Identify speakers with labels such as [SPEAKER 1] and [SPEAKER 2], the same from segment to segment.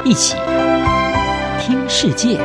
[SPEAKER 1] 一起听世界。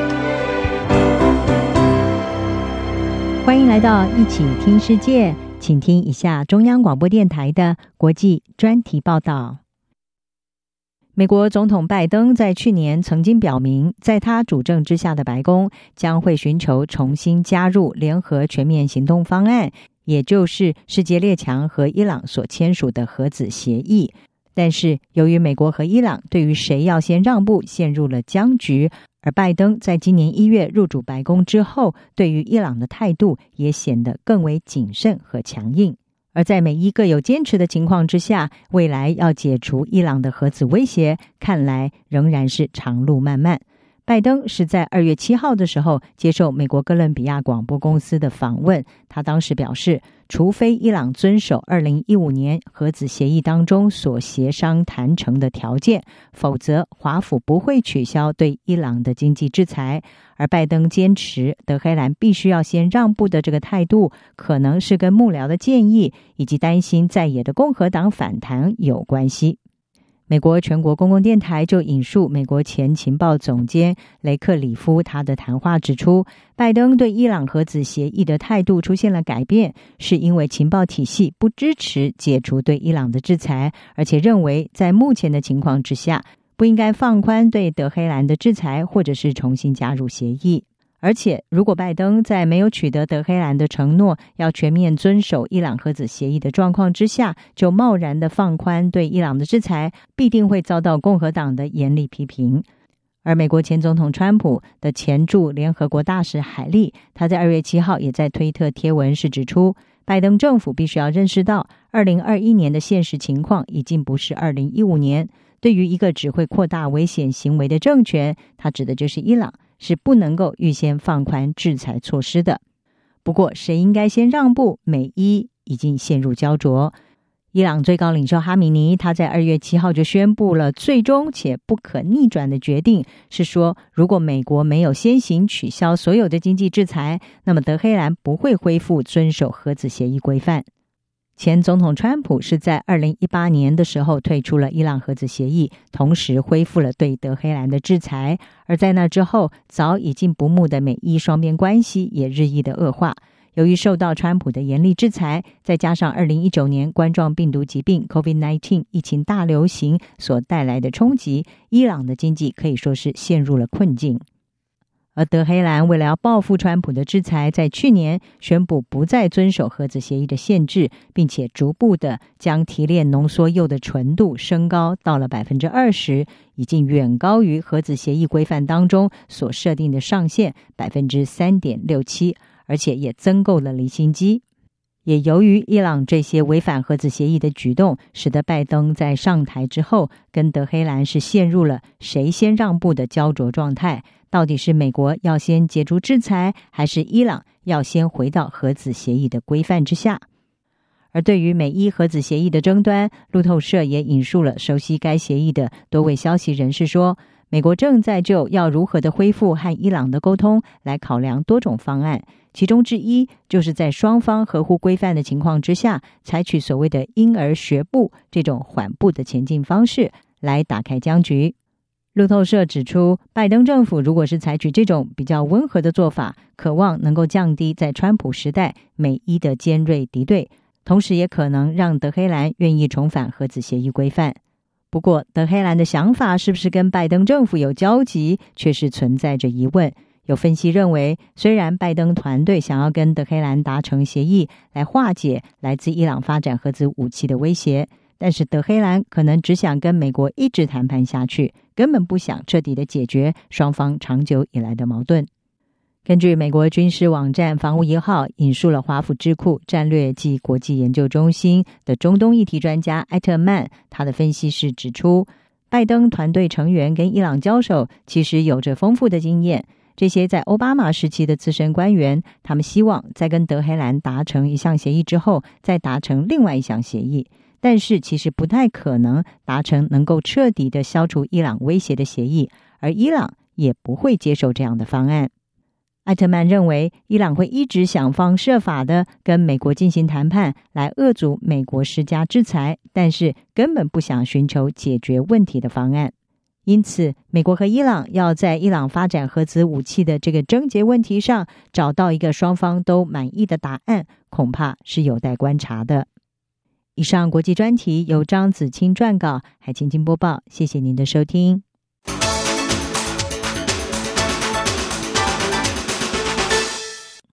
[SPEAKER 2] 欢迎来到一起听世界，请听一下中央广播电台的国际专题报道。美国总统拜登在去年曾经表明，在他主政之下的白宫将会寻求重新加入联合全面行动方案，也就是世界列强和伊朗所签署的核子协议。但是由于美国和伊朗对于谁要先让步陷入了僵局，而拜登在今年1月入主白宫之后，对于伊朗的态度也显得更为谨慎和强硬。而在美伊各有坚持的情况之下，未来要解除伊朗的核子威胁，看来仍然是长路漫漫。拜登是在2月7号的时候接受美国哥伦比亚广播公司的访问，他当时表示，除非伊朗遵守2015年核子协议当中所协商谈成的条件，否则华府不会取消对伊朗的经济制裁。而拜登坚持德黑兰必须要先让步的这个态度，可能是跟幕僚的建议以及担心在野的共和党反弹有关系。美国全国公共电台就引述美国前情报总监雷克里夫他的谈话指出，拜登对伊朗核子协议的态度出现了改变，是因为情报体系不支持解除对伊朗的制裁，而且认为在目前的情况之下，不应该放宽对德黑兰的制裁，或者是重新加入协议。而且如果拜登在没有取得德黑兰的承诺要全面遵守伊朗核子协议的状况之下，就贸然的放宽对伊朗的制裁，必定会遭到共和党的严厉批评。而美国前总统川普的前驻联合国大使海利，他在2月7号也在推特贴文是指出，拜登政府必须要认识到2021年的现实情况已经不是2015年，对于一个只会扩大危险行为的政权，他指的就是伊朗，是不能够预先放宽制裁措施的。不过谁应该先让步，美伊已经陷入焦灼。伊朗最高领袖哈米尼他在2月7号就宣布了最终且不可逆转的决定，是说如果美国没有先行取消所有的经济制裁，那么德黑兰不会恢复遵守核子协议规范。前总统川普是在2018年的时候退出了伊朗核子协议，同时恢复了对德黑兰的制裁。而在那之后，早已经不睦的美伊双边关系也日益的恶化。由于受到川普的严厉制裁，再加上2019年冠状病毒疾病 COVID-19 疫情大流行所带来的冲击，伊朗的经济可以说是陷入了困境。而德黑兰为了要报复川普的制裁，在去年宣布不再遵守核子协议的限制，并且逐步的将提炼浓缩铀的纯度升高到了 20%， 已经远高于核子协议规范当中所设定的上限 3.67%， 而且也增购了离心机。也由于伊朗这些违反核子协议的举动，使得拜登在上台之后跟德黑兰是陷入了谁先让步的焦灼状态。到底是美国要先解除制裁，还是伊朗要先回到核子协议的规范之下？而对于美伊核子协议的争端，路透社也引述了熟悉该协议的多位消息人士说，美国正在就要如何的恢复和伊朗的沟通来考量多种方案，其中之一就是在双方合乎规范的情况之下，采取所谓的婴儿学步这种缓步的前进方式来打开僵局。路透社指出，拜登政府如果是采取这种比较温和的做法，渴望能够降低在川普时代美伊的尖锐敌对，同时也可能让德黑兰愿意重返核子协议规范。不过德黑兰的想法是不是跟拜登政府有交集，却是存在着疑问。有分析认为，虽然拜登团队想要跟德黑兰达成协议来化解来自伊朗发展核子武器的威胁，但是德黑兰可能只想跟美国一直谈判下去，根本不想彻底的解决双方长久以来的矛盾。根据美国军事网站防务1号引述了华府智库战略暨国际研究中心的中东议题专家艾特曼，他的分析是指出，拜登团队成员跟伊朗交手其实有着丰富的经验，这些在奥巴马时期的资深官员，他们希望在跟德黑兰达成一项协议之后，再达成另外一项协议，但是其实不太可能达成能够彻底的消除伊朗威胁的协议，而伊朗也不会接受这样的方案。艾特曼认为，伊朗会一直想方设法的跟美国进行谈判，来遏阻美国施加制裁，但是根本不想寻求解决问题的方案。 因此，美国和伊朗要在伊朗发展核子武器的这个症结问题上找到一个双方都满意的答案，恐怕是有待观察的。以上国际专题由张子清撰稿，海清清播报，谢谢您的收听。